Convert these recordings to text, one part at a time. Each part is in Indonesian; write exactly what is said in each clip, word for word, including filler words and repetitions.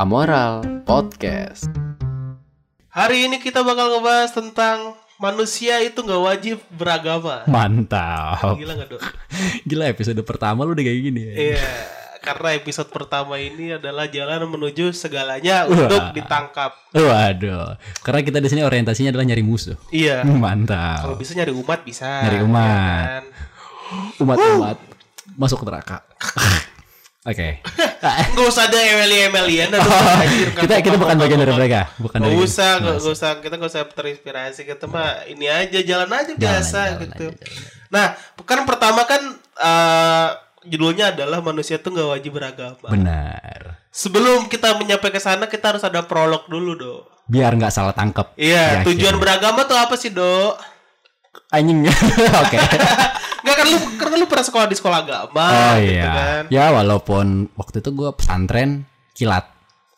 Amoral Podcast. Hari ini kita bakal ngebahas tentang manusia itu gak wajib beragama. Mantap. Gila gak, Dok? Gila, episode pertama lu udah kayak gini ya. Iya, karena episode pertama ini adalah jalan menuju segalanya Wah. untuk ditangkap. Waduh, karena kita di sini orientasinya adalah nyari musuh. Iya. Mantap. Kalau bisa nyari umat bisa. Nyari umat. Ya kan? Umat-umat masuk neraka. Oke. Gak usah ada emeli-emelian. Oh, kita kita bukan bagian dari mereka, bukan Gak dari. usah, gak, gak usah, kita gak usah terinspirasi. Kita mah ini aja, jalan aja biasa jalan gitu. aja, jalan. Nah, kan pertama kan uh, judulnya adalah manusia tuh gak wajib beragama. Benar. Sebelum kita menyampai ke sana, kita harus ada prolog dulu, Dok. Biar nggak salah tangkap. Iya, Ya, tujuan akhirnya. beragama tuh apa sih, Dok? Anjing. Oke. Enggak kan lu kan lu pernah sekolah di sekolah agama Oh gitu iya. kan. Ya walaupun waktu itu gue pesantren kilat.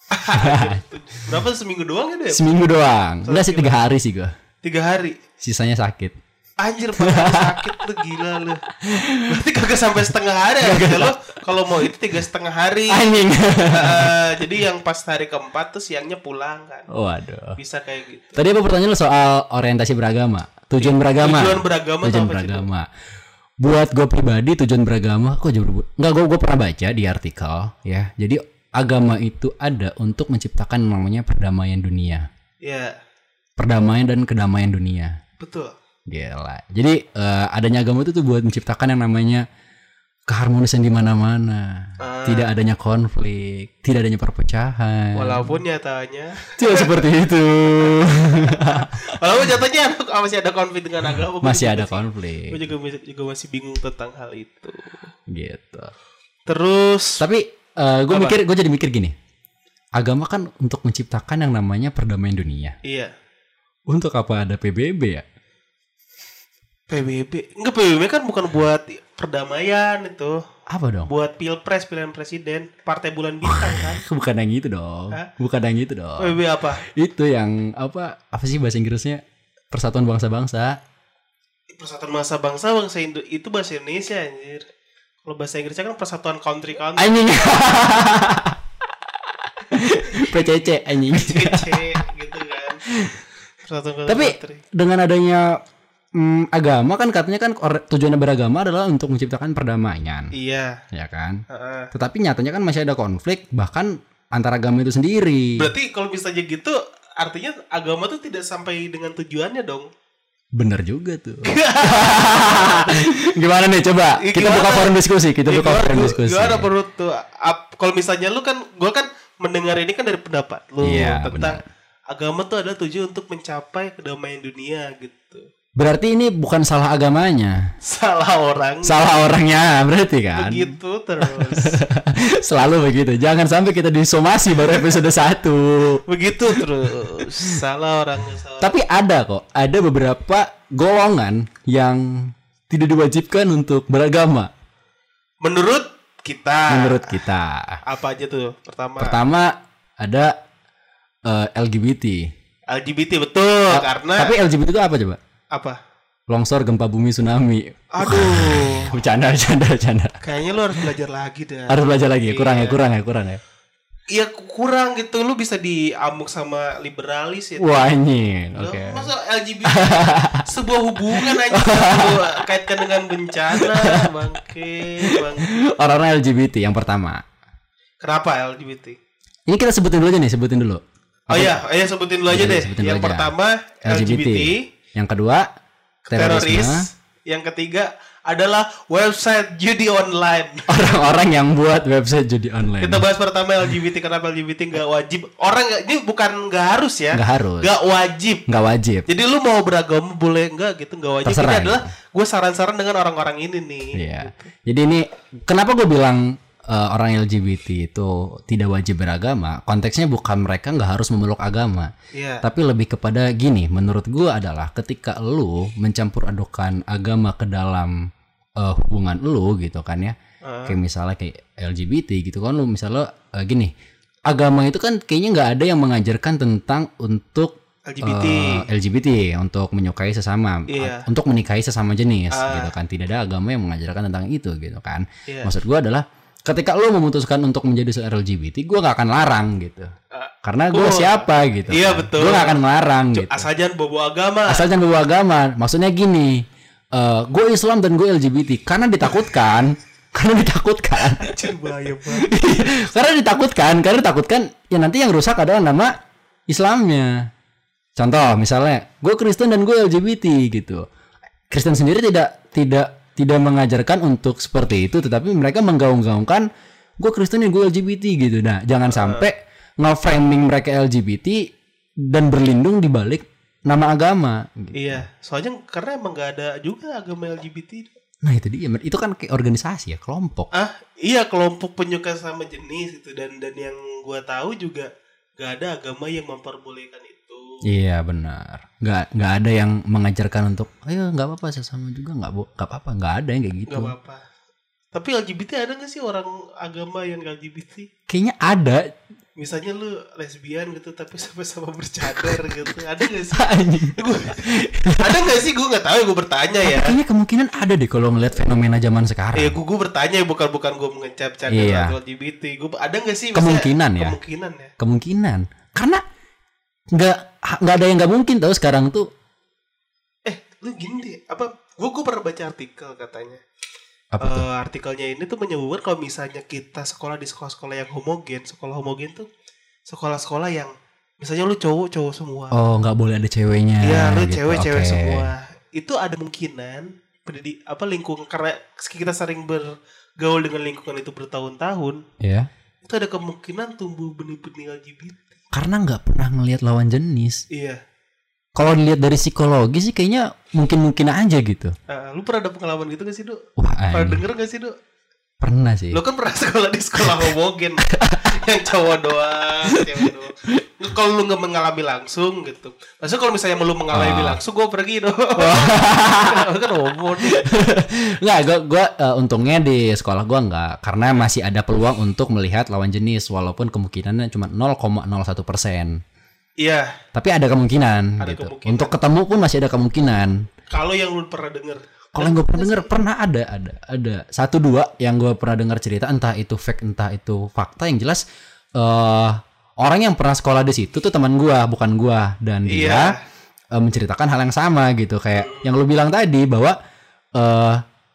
Berapa seminggu doang ya, Dek? Seminggu doang. Enggak sih, tiga hari sih gue. Tiga hari. Sisanya sakit. Anjir, parah sakit tuh, gila lu. Berarti kagak sampai setengah hari ya lu. Kalau mau itu tiga setengah hari. Anjing. Uh, jadi yang pas hari keempat tuh siangnya pulang kan. Waduh. Bisa kayak gitu. Tadi apa pertanyaan lu soal orientasi beragama? Tujuan beragama. Tujuan beragama Tujuan tuh apa sih, beragama. Buat gue pribadi tujuan beragama, kok jauh berbeda. Enggak, gue gue pernah baca di artikel ya. Jadi agama itu ada untuk menciptakan yang namanya perdamaian dunia. Iya. Perdamaian dan kedamaian dunia. Betul. Gila. Jadi uh, adanya agama itu tuh buat menciptakan yang namanya keharmonisan di mana-mana. Ah. Tidak adanya konflik, tidak adanya perpecahan. Walaupun nyatanya Tidak seperti itu. Walaupun nyatanya ada- masih ada konflik dengan agama. Masih Gua ada juga konflik. Gue juga, juga masih bingung tentang hal itu. Gitu. Terus Tapi uh, gue Apa? mikir, gue jadi mikir gini. Agama kan untuk menciptakan yang namanya perdamaian dunia. iya, Untuk apa ada P B B ya? P B B. Enggak, P B B kan bukan buat perdamaian itu. Apa dong? Buat pilpres, pilihan presiden, partai bulan bintang kan. Bukan yang itu dong. Hah? Bukan yang itu dong. P B B apa? Itu yang apa? Apa sih bahasa Inggrisnya? Persatuan bangsa-bangsa. Persatuan bangsa-bangsa, bangsa Indo itu bahasa Indonesia anjir. Kalau bahasa Inggrisnya kan persatuan country-country. Anjing. P C C anjing. C C gitu kan. Persatuan Tapi country. dengan adanya mm, agama kan katanya kan or- tujuannya beragama adalah untuk menciptakan perdamaian, Iya. ya kan? Heeh. Tetapi nyatanya kan masih ada konflik bahkan antara agama itu sendiri. Berarti kalau misalnya gitu artinya agama tuh tidak sampai dengan tujuannya dong. Bener juga tuh. Gimana nih coba? Ya, Kita gimana? buka forum diskusi, kita Ya, buka gimana, forum gua- diskusi. Gimana menurut tuh? ap- Kalau misalnya lu kan, gue kan mendengar ini kan dari pendapat lu Iya, tentang benar. agama tuh adalah tujuan untuk mencapai kedamaian dunia gitu. Berarti ini bukan salah agamanya, Salah orang. salah orangnya berarti kan? Begitu terus. Selalu begitu. Jangan sampai kita disomasi baru episode satu. Begitu terus. Salah orangnya. Salah. Tapi ada kok, ada beberapa golongan yang tidak diwajibkan untuk beragama Menurut kita. menurut kita. Apa aja tuh? Pertama. Pertama ada eh, L G B T. L G B T betul karena Tapi L G B T itu apa coba? apa? Longsor, gempa bumi, tsunami. Aduh. Bercanda, bercanda, bercanda. Kayaknya lu harus belajar lagi dah. Harus belajar lagi, kurang ya, Iya. kurang ya, kurang ya. Iya kurang gitu, lu bisa diamuk sama liberalis ya. Wah anjing, Lu, oke. Masa L G B T sebuah hubungan aja lu kaitkan dengan bencana, bangke, bang. Orang-orang L G B T yang pertama. Kenapa L G B T? Ini kita sebutin dulu aja nih, sebutin dulu. Oh iya, oh iya sebutin dulu aja Iya, deh. sebutin Yang dulu aja. pertama L G B T, Yang kedua terorisme. teroris. Yang ketiga adalah website judi online. Orang-orang yang buat website judi online. Kita bahas pertama L G B T. Kenapa L G B T nggak wajib? Orang nggak, ini bukan nggak harus ya? Nggak harus. Nggak wajib. Nggak wajib. Jadi lu mau beragama boleh nggak gitu, nggak wajib. Terserah, Ini adalah gitu. gue saran-saran dengan orang-orang ini nih. Iya. Jadi ini kenapa gue bilang eh, orang L G B T itu tidak wajib beragama? Konteksnya bukan mereka nggak harus memeluk agama, Iya. tapi lebih kepada gini. Menurut gue adalah ketika lu mencampur adukan agama ke dalam eh, hubungan lu gitu kan ya. Uh. Kayak misalnya kayak L G B T gitu kan, lu misalnya eh, gini. Agama itu kan kayaknya nggak ada yang mengajarkan tentang untuk L G B T. eh, L G B T untuk menyukai sesama, Iya. untuk menikahi sesama jenis Ah. gitu kan. Tidak ada agama yang mengajarkan tentang itu gitu kan. Iya. Maksud gue adalah ketika lo memutuskan untuk menjadi se-L G B T, gue gak akan larang gitu. Uh, Karena gue oh, siapa gitu. Iya kan. betul. Gue gak akan melarang gitu. Asal jangan bawa agama. Asal jangan bawa agama. Maksudnya gini, uh, gue Islam dan gue L G B T karena ditakutkan, karena ditakutkan. bahaya banget. karena ditakutkan, karena ditakutkan ya nanti yang rusak adalah nama Islamnya. Contoh misalnya, gue Kristen dan gue L G B T gitu. Kristen sendiri tidak tidak tidak mengajarkan untuk seperti itu, tetapi mereka menggaung-gaungkan gue Kristen dan gue L G B T gitu. Nah, jangan sampai nge-framing mereka L G B T dan berlindung di balik nama agama. Gitu. Iya, soalnya karena emang gak ada juga agama L G B T. Nah itu dia, itu kan kayak organisasi ya, kelompok. Ah, iya kelompok penyuka sama jenis itu dan dan yang gue tahu juga gak ada agama yang memperbolehkan itu. Iya benar, nggak nggak ada yang mengajarkan untuk, ayo nggak apa-apa sesama juga nggak bo, nggak apa-apa, nggak ada yang kayak gitu. Nggak apa-apa. Tapi L G B T ada nggak sih orang agama yang L G B T? Kayaknya ada. Misalnya lu lesbian gitu tapi sama-sama bercadar gitu, ada nggak sih? Gua, ada nggak sih? Gue nggak tahu, gue bertanya ya. Kayaknya kemungkinan ada deh kalau ngeliat fenomena zaman sekarang. Iya, gue gue bertanya bukan bukan gue mengecap cadar iya. atau L G B T. Gue ada nggak sih? Kemungkinan ya. Kemungkinan ya. Kemungkinan. Karena nggak nggak ada yang nggak mungkin tahu sekarang tuh. Eh, lu gini deh, apa? Gue gue pernah baca artikel katanya. Apa tuh? Uh, artikelnya ini tuh menyebutkan kalau misalnya kita sekolah di sekolah-sekolah yang homogen, sekolah homogen tuh sekolah-sekolah yang misalnya lu cowok-cowok semua. Oh, nggak boleh ada ceweknya. Iya, lu gitu. cewek-cewek okay. semua. Itu ada kemungkinan pendidik apa lingkungan karena kita sering bergaul dengan lingkungan itu bertahun-tahun. Iya. Itu ada kemungkinan tumbuh benih-benih L G B T. Karena nggak pernah ngelihat lawan jenis. Iya. Kalau dilihat dari psikologi sih kayaknya mungkin-mungkin aja gitu. Uh, lu pernah ada pengalaman gitu gak sih, Dok? Wah, pernah ini. denger gak sih, Dok? Pernah sih. Lu kan pernah sekolah di sekolah homogen yang cowok doang, cewek doang. Kalau lu nggak mengalami langsung gitu. Maksudnya kalau misalnya lu mengalami ah. langsung, gue pergi dong. Kan homo nih. Nggak, gue gue uh, untungnya di sekolah gue nggak, karena masih ada peluang untuk melihat lawan jenis walaupun kemungkinannya cuma nol koma nol satu persen. Iya. Tapi ada kemungkinan Ada gitu. kemungkinan. Untuk ketemu pun masih ada kemungkinan. Kalau yang lu pernah denger. Kalau yang gue pernah dengar pernah ada ada ada satu dua yang gue pernah dengar cerita, entah itu fake entah itu fakta, yang jelas uh, orang yang pernah sekolah di situ tuh teman gue bukan gue, dan dia Iya. uh, menceritakan hal yang sama gitu, kayak yang lu bilang tadi bahwa uh,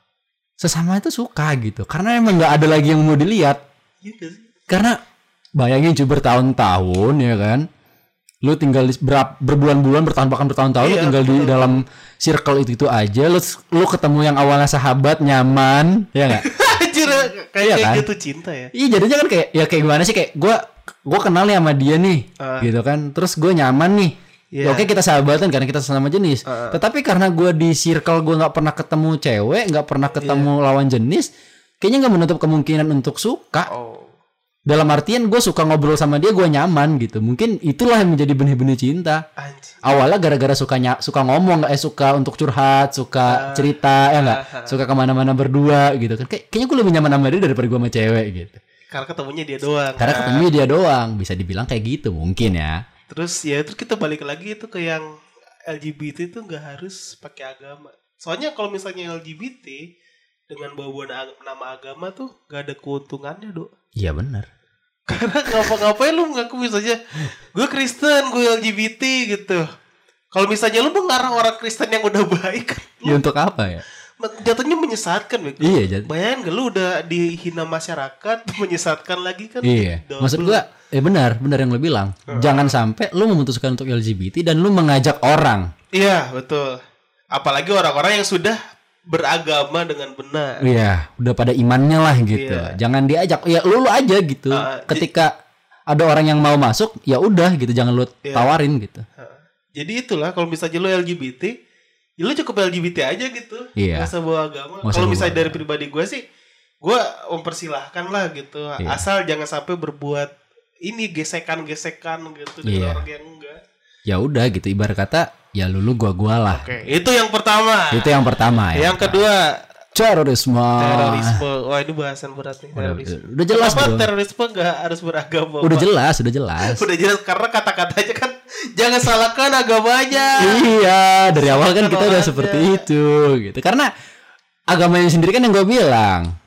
sesama itu suka gitu karena emang nggak ada lagi yang mau dilihat. Iya gak sih? Karena bayangin coba bertahun-tahun ya kan, lu tinggal di- ber- berbulan-bulan bertahun bahkan bertahun-tahun lu Iya, tinggal di betul. dalam circle itu itu aja, lu lu ketemu yang awalnya sahabat nyaman ya nggak? Anjir, kayak Iya kayak kan? gitu cinta ya. Iya jadinya kan kayak ya kayak gimana sih, kayak gue gue kenal nih sama dia nih Ah. gitu kan, terus gue nyaman nih. Iya. Oke kita sahabatan karena kita sesama jenis. Ah. Tetapi karena gue di circle gue nggak pernah ketemu cewek, nggak pernah ketemu lawan jenis, kayaknya nggak menutup kemungkinan untuk suka. Oh. Dalam artian gue suka ngobrol sama dia, gue nyaman gitu. Mungkin itulah yang menjadi benih-benih cinta. Anjir. Awalnya gara-gara sukanya suka ngomong, eh suka untuk curhat, suka cerita, ya nggak, suka kemana-mana berdua gitu kan. Kayak, kayaknya gue lebih nyaman sama dia daripada gue sama cewek gitu. Karena ketemunya dia doang. Karena kan? ketemu dia doang, bisa dibilang kayak gitu mungkin ya. Terus ya terus kita balik lagi itu ke yang L G B T itu nggak harus pakai agama. Soalnya kalau misalnya L G B T dengan bawa nama agama tuh nggak ada keuntungannya, Dok. Iya benar. Karena ngapa-ngapain lu ngaku misalnya gue Kristen, gue L G B T gitu. Kalau misalnya lu mengarang orang Kristen yang udah baik, Ya untuk apa ya? jatuhnya menyesatkan, Bek. Iya, jat- Bayangin gak lu udah dihina masyarakat, menyesatkan lagi kan? Iya. Double. Maksud gua, eh benar, benar yang lo bilang. Jangan sampai lu memutuskan untuk L G B T dan lu mengajak orang. Iya, betul. Apalagi orang-orang yang sudah beragama dengan benar. Iya, udah pada imannya lah gitu. Iya. Jangan diajak, ya lu lu aja gitu. Uh, Ketika ada orang yang mau masuk, ya udah gitu, jangan lu Iya. tawarin gitu. Jadi itulah kalau misalnya lu L G B T, ya lu cukup L G B T aja gitu. Iya. Gak usah bawa agama. Nggak usah Kalau bawa misalnya dari agama. pribadi gue sih, gue mempersilahkan lah gitu. Iya. Asal jangan sampai berbuat ini gesekan-gesekan gitu dengan Iya. orang yang enggak. Ya udah gitu, ibarat kata ya lu lu gua gua lah. Oke, itu yang pertama. Itu yang pertama ya. Yang kedua, terorisme. terorisme. Wah, ini bahasan berat nih, Udah, terorisme. udah jelas, Kenapa bro. terorisme gak harus beragama? Udah Pak? jelas, udah jelas. Udah jelas karena kata-katanya kan jangan salahkan agamanya. Iya, dari awal kan kita udah Orangnya. seperti itu gitu. Karena agamanya sendiri kan yang gue bilang,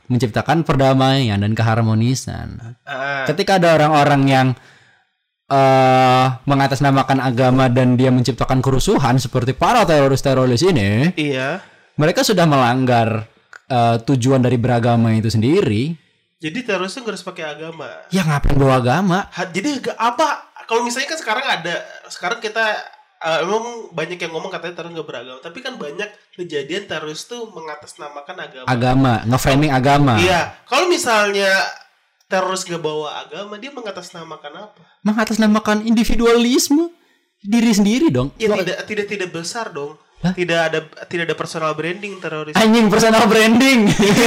menciptakan perdamaian dan keharmonisan. Ah, Ketika ada orang-orang yang uh, mengatasnamakan agama dan dia menciptakan kerusuhan seperti para teroris-teroris ini, iya. mereka sudah melanggar uh, tujuan dari beragama itu sendiri. Jadi teroris itu nggak harus pakai agama. Ya ngapain bawa agama? Ha, jadi gak apa? Kalau misalnya kan sekarang ada, sekarang kita uh, emang banyak yang ngomong katanya teroris nggak beragama, tapi kan banyak kejadian teroris tuh mengatasnamakan agama. Agama, nge-framing agama. Iya, kalau misalnya teroris nggak bawa agama, dia mengatasnamakan apa? Mengatasnamakan individualisme diri sendiri dong. Ya Lo- tidak tidak tidak besar dong. Hah? Tidak ada tidak ada personal branding teroris. Anjing personal branding.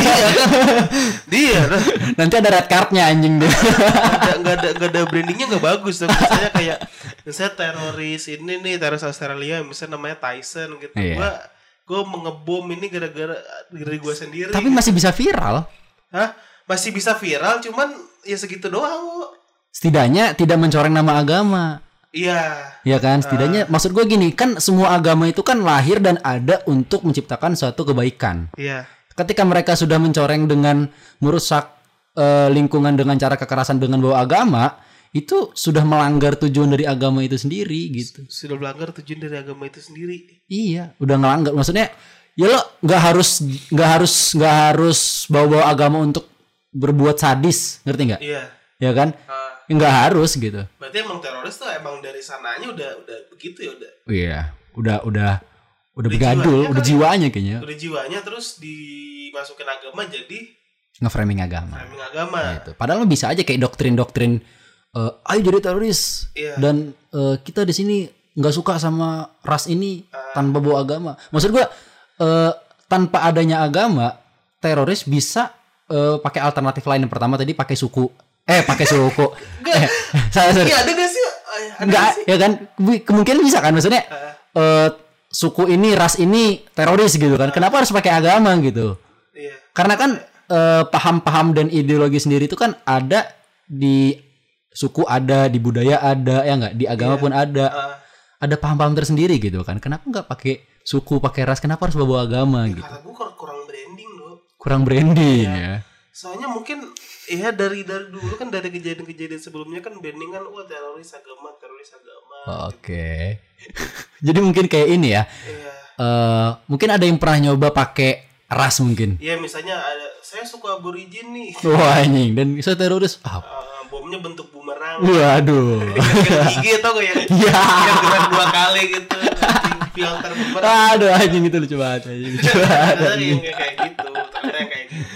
Dia lah. Nanti ada red cardnya anjing deh. Nggak nggak ada nggak ada brandingnya nggak bagus dong. Misalnya kayak misalnya teroris ini nih teroris Australia, misalnya namanya Tyson gitu. Iya. Gua gua mengebom ini gara-gara diri gua sendiri. Tapi masih bisa viral. Hah? Masih bisa viral, cuman ya segitu doang. Wo. Setidaknya tidak mencoreng nama agama. Iya. Ya kan, setidaknya maksud gue gini, kan semua agama itu kan lahir dan ada untuk menciptakan suatu kebaikan. Iya. Ketika mereka sudah mencoreng dengan merusak eh, lingkungan dengan cara kekerasan dengan bawa agama, itu sudah melanggar tujuan dari agama itu sendiri gitu. Sudah melanggar tujuan dari agama itu sendiri. Iya, udah ngelanggar. Maksudnya, ya lo nggak harus nggak harus nggak harus bawa-bawa agama untuk berbuat sadis, ngerti nggak? Iya. Ya kan? Ah, Nggak harus gitu. berarti emang teroris tuh emang dari sananya udah udah begitu ya udah. Iya, udah udah udah Udah begadul, jiwanya udah kali. jiwanya kayaknya. Udah jiwanya terus dimasukin agama jadi Nge-framing agama. framing agama. Gitu. Padahal lo bisa aja kayak doktrin-doktrin eh, ayo jadi teroris Iya. dan eh, kita di sini nggak suka sama ras ini Ah. tanpa bawa agama. Maksud gua eh, tanpa adanya agama teroris bisa eh, pakai alternatif lain. Yang pertama tadi pakai suku. Eh pakai suku. eh, salah, sorry. Iya ada gak sih? Ada Enggak, nggak sih? ya kan? Ke- Kemungkinan bisa kan maksudnya Ah. eh, suku ini, ras ini teroris gitu kan. Kenapa harus pakai agama gitu? Iya. Karena kan eh, paham-paham dan ideologi sendiri itu kan ada di suku ada, di budaya ada, ya enggak? Di agama Iya. pun ada. Ah, Ada paham-paham tersendiri gitu kan. Kenapa enggak pakai suku, pakai ras? Kenapa harus bawa agama gitu? kata gue kur- kurang branding loh. Kurang branding Iya. ya. Soalnya mungkin ya dari dari dulu kan dari kejadian-kejadian sebelumnya kan branding kan wah teroris agama, teroris agama. Oke. Jadi mungkin kayak ini ya. Iya. eh mungkin ada yang pernah nyoba pakai ras mungkin. Iya misalnya ada saya suka aborigin nih. Wah anjing, dan bisa teroris. Ah, Ah, bomnya bentuk bumerang. waduh. Yang gigi tau gak ya? Iya. Yang gerak dua kali gitu. Filter bumerang. Aduh anjing itu lucu banget anjing. Lucu banget, Ternyata anjing. yang kayak gitu. Ternyata yang kayak gitu.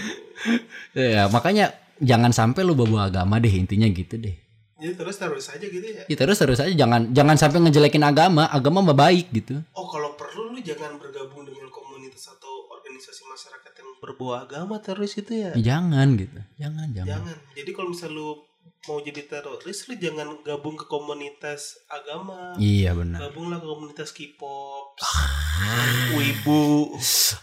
Ya, makanya jangan sampai lu bawa agama deh, intinya gitu deh. Jadi terus terus aja gitu ya. Ya terus terus aja jangan jangan sampai ngejelekin agama, agama mah baik gitu. Oh kalau perlu lu jangan bergabung dengan komunitas atau organisasi masyarakat yang berbau agama teroris itu ya. Ya, jangan gitu. Jangan, jangan. Jangan. Jadi kalau misal lu mau jadi teroris lu jangan gabung ke komunitas agama. Iya benar. Gabunglah ke komunitas K-pop. Wibu.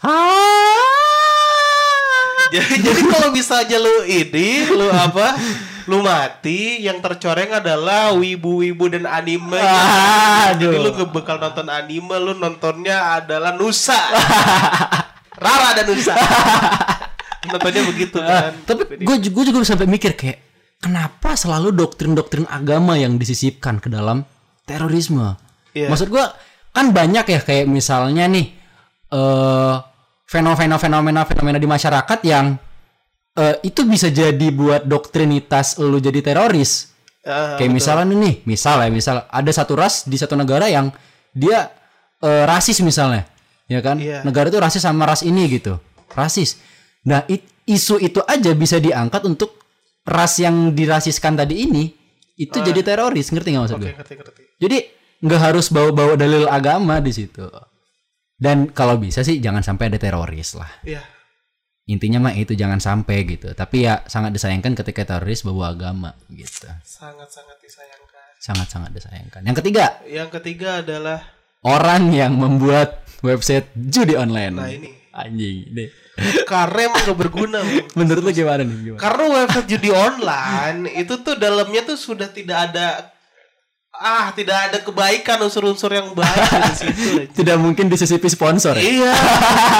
Jadi, jadi kalau misalnya lu ini, lu apa? Lu mati, yang tercoreng adalah wibu-wibu dan anime. Jadi Aduh. lu gak bakal nonton anime, lu nontonnya adalah Nusa. Rara dan Nusa. Nontonnya begitu kan. Tapi gue gue juga sampai mikir kayak kenapa selalu doktrin-doktrin agama yang disisipkan ke dalam terorisme? Iya. Maksud gue kan banyak ya kayak misalnya nih eh fenomena-fenomena fenomena di masyarakat yang eh, itu bisa jadi buat doktrinitas lu jadi teroris. Ah, Kayak betul. misalnya nih, misal ya, misal ada satu ras di satu negara yang dia eh, rasis misalnya, ya kan? Iya. Negara itu rasis sama ras ini gitu, rasis. Nah, it- isu itu aja bisa diangkat untuk ras yang dirasiskan tadi ini itu Ah. jadi teroris, ngerti nggak maksud Oke, gue? ngerti, ngerti. Jadi nggak harus bawa-bawa dalil agama di situ. Dan kalau bisa sih jangan sampai ada teroris lah. Iya. Intinya mah itu jangan sampai gitu. Tapi ya sangat disayangkan ketika teroris bawa agama gitu. Sangat-sangat disayangkan. Sangat-sangat disayangkan. Yang ketiga, Yang ketiga adalah orang yang membuat website judi online. nah ini. Anjing deh. Karena emang gak berguna. Bang. Menurut lu gimana nih? Gimana? Karena website judi online itu tuh dalamnya tuh sudah tidak ada ah tidak ada kebaikan unsur-unsur yang baik di situ. Tidak mungkin disisipi sponsor ya? Iya.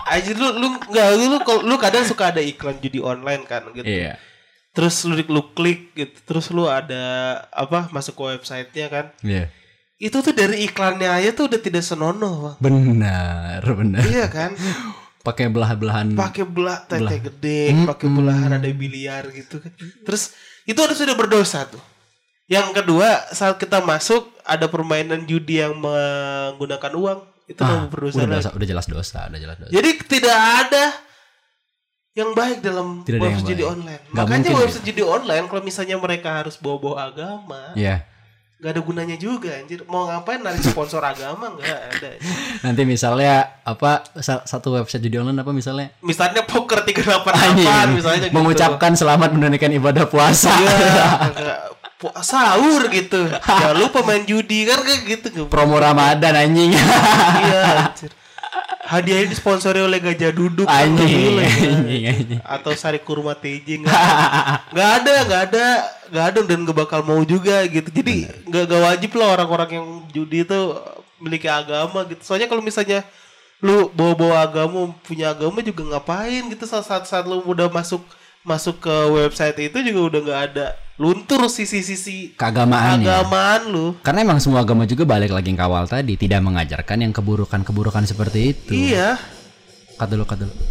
Aja lu lu enggak lu lu, lu kadang suka ada iklan judi online kan gitu. Iya. Terus lu, lu klik gitu, terus lu ada apa masuk ke websitenya kan. Iya. Itu tuh dari iklannya aja tuh udah tidak senonoh, Bang. Benar, benar. Iya kan? Pakai belah-belahan. Pakai belah tete belah. gede, Hmm, pakai belahan ada biliar gitu kan. Terus itu harus sudah berdosa tuh. Yang kedua, saat kita masuk ada permainan judi yang menggunakan uang, itu Ah, mau berdosa. udah lagi. dosa, udah jelas dosa, udah jelas dosa. Jadi tidak ada yang baik dalam Tidak ada yang website judi baik. online. Nggak Makanya mungkin, website judi online kalau misalnya mereka harus bawa-bawa agama, Iya. nggak ada gunanya juga anjir. Mau ngapain narik sponsor agama nggak ada. Nanti misalnya apa sa- satu website judi online apa misalnya? Misalnya poker tiga delapan Anjing, delapan misalnya gitu. mengucapkan selamat menunaikan ibadah puasa. Iya, kayak pu- sahur gitu. Ya lu pemain judi kan kayak gitu. Promo Ramadan anjing. Iya anjir. Hadiahnya disponsori oleh Gajah Duduk kan, Anjing, nggak boleh, ya. anjing, anjing. Atau Sari Kurma T J nggak ada. nggak ada nggak ada nggak ada dan nggak bakal mau juga gitu. Jadi nggak nggak wajib lah orang-orang yang judi itu memiliki agama gitu. Soalnya kalau misalnya lu bawa-bawa agama, punya agama juga ngapain gitu. Saat saat lu udah masuk masuk ke website itu juga udah nggak ada luntur sisi-sisi Keagamaannya. agamaan lu. Karena emang semua agama juga balik lagi ke awal tadi tidak mengajarkan yang keburukan-keburukan seperti itu. Iya. Cut dulu, cut dulu.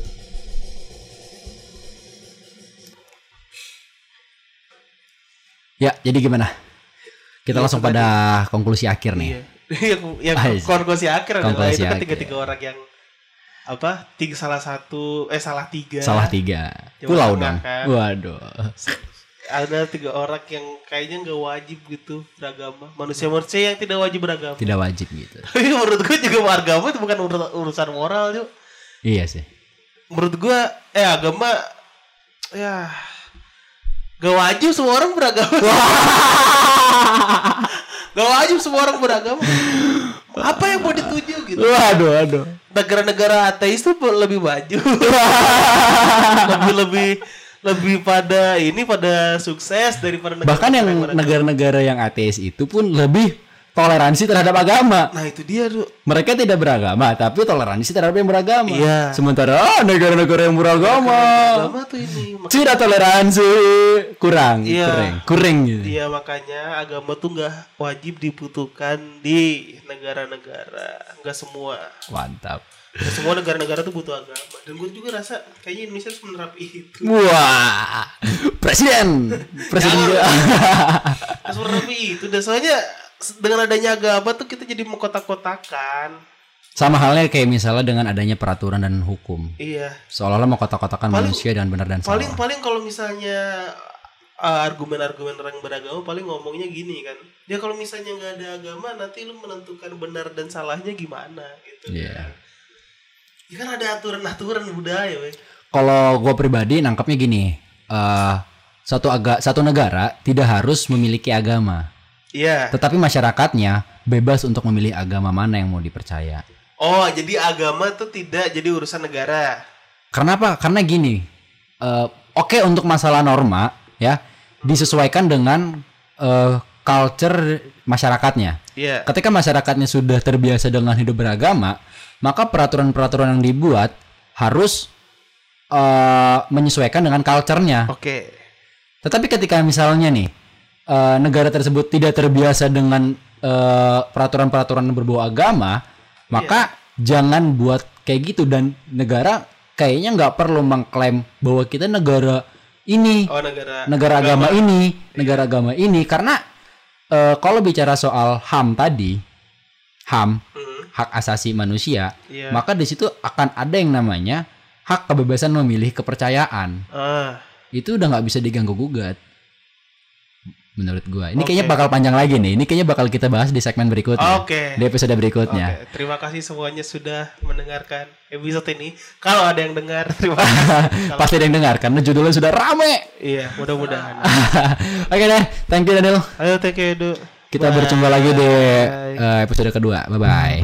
Ya, jadi gimana? Kita Iya, langsung itu pada konklusi akhir nih. Iya. yang yang Ayo. konklusi akhir adalah Konklusi itu kan akhir. tiga-tiga orang yang apa? Tiga salah satu eh salah tiga. Salah tiga. Jawa Pulau Tengah, dong. kan. Waduh. Ada tiga orang yang kayaknya nggak wajib gitu beragama. Manusia-manusia yang tidak wajib beragama. Tidak wajib gitu. Tapi menurut gue juga beragama itu bukan ur- urusan moral, Cuk. Iya sih. Menurut gue eh agama ya gak wajib semua orang beragama. Gak wajib semua orang beragama. Apa yang mau dituju gitu? Waduh, waduh. Negara-negara ateis tuh lebih maju. lebih lebih lebih pada ini pada sukses daripada negara Bahkan yang negara-negara yang ateis itu pun lebih toleransi terhadap agama. Nah itu dia tuh. Mereka tidak beragama, tapi toleransi terhadap yang beragama. Iya. Sementara ah, negara-negara yang beragama Agama tuh ini. tidak toleransi, kurang, Iya. kurang, kurang gitu. Iya makanya agama tuh nggak wajib dibutuhkan di negara-negara, nggak semua. Mantap. Nggak semua negara-negara tuh butuh agama. Dan gue juga rasa kayaknya Indonesia harus menerapkan itu. Wah, presiden, presiden. Jangan. dia. Harus menerapkan itu. Dan soalnya dengan adanya agama tuh kita jadi mengkotak-kotakan. Sama halnya kayak misalnya dengan adanya peraturan dan hukum. Iya. Seolah-olah mau kotak-kotakan Paling- manusia dengan benar dan Paling salah. paling kalau misalnya uh, argumen-argumen orang beragama paling ngomongnya gini kan. Ya kalau misalnya nggak ada agama nanti lu menentukan benar dan salahnya gimana gitu. Iya. Kan. Ya kan ada aturan-aturan budaya, weh. Kalau gue pribadi nangkapnya gini, eh satu aga, satu negara tidak harus memiliki agama, Iya. tetapi masyarakatnya bebas untuk memilih agama mana yang mau dipercaya. Oh, jadi agama tuh tidak jadi urusan negara. Kenapa? Karena gini, eh, oke untuk masalah norma ya disesuaikan dengan eh, culture masyarakatnya. Iya. Ketika masyarakatnya sudah terbiasa dengan hidup beragama, maka peraturan-peraturan yang dibuat harus eh, menyesuaikan dengan culture-nya. Oke. Tetapi ketika misalnya nih eh, negara tersebut tidak terbiasa dengan eh, peraturan-peraturan yang berbau agama, maka jangan buat kayak gitu dan negara kayaknya nggak perlu mengklaim bahwa kita negara ini, Oh, negara negara agama, ini, negara agama ini karena eh, kalau bicara soal H A M tadi, H A M, Hmm, hak asasi manusia, Iya. maka di situ akan ada yang namanya hak kebebasan memilih kepercayaan. Ah. Itu udah nggak bisa diganggu gugat menurut gua. Ini Oke. kayaknya bakal panjang lagi nih. Ini kayaknya bakal kita bahas di segmen berikutnya. Oke. Di episode berikutnya. Oke, terima kasih semuanya sudah mendengarkan episode ini. Kalau ada yang dengar, terima kasih. Kalau- Pasti ada yang dengar karena judulnya sudah rame. Iya, mudah-mudahan. Oke deh, thank you Daniel. Ayo, thank you, Edu. Kita Bye. berjumpa lagi di eh, episode kedua. Bye bye.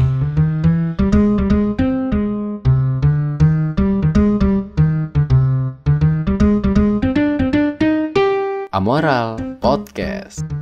Amoral Podcast.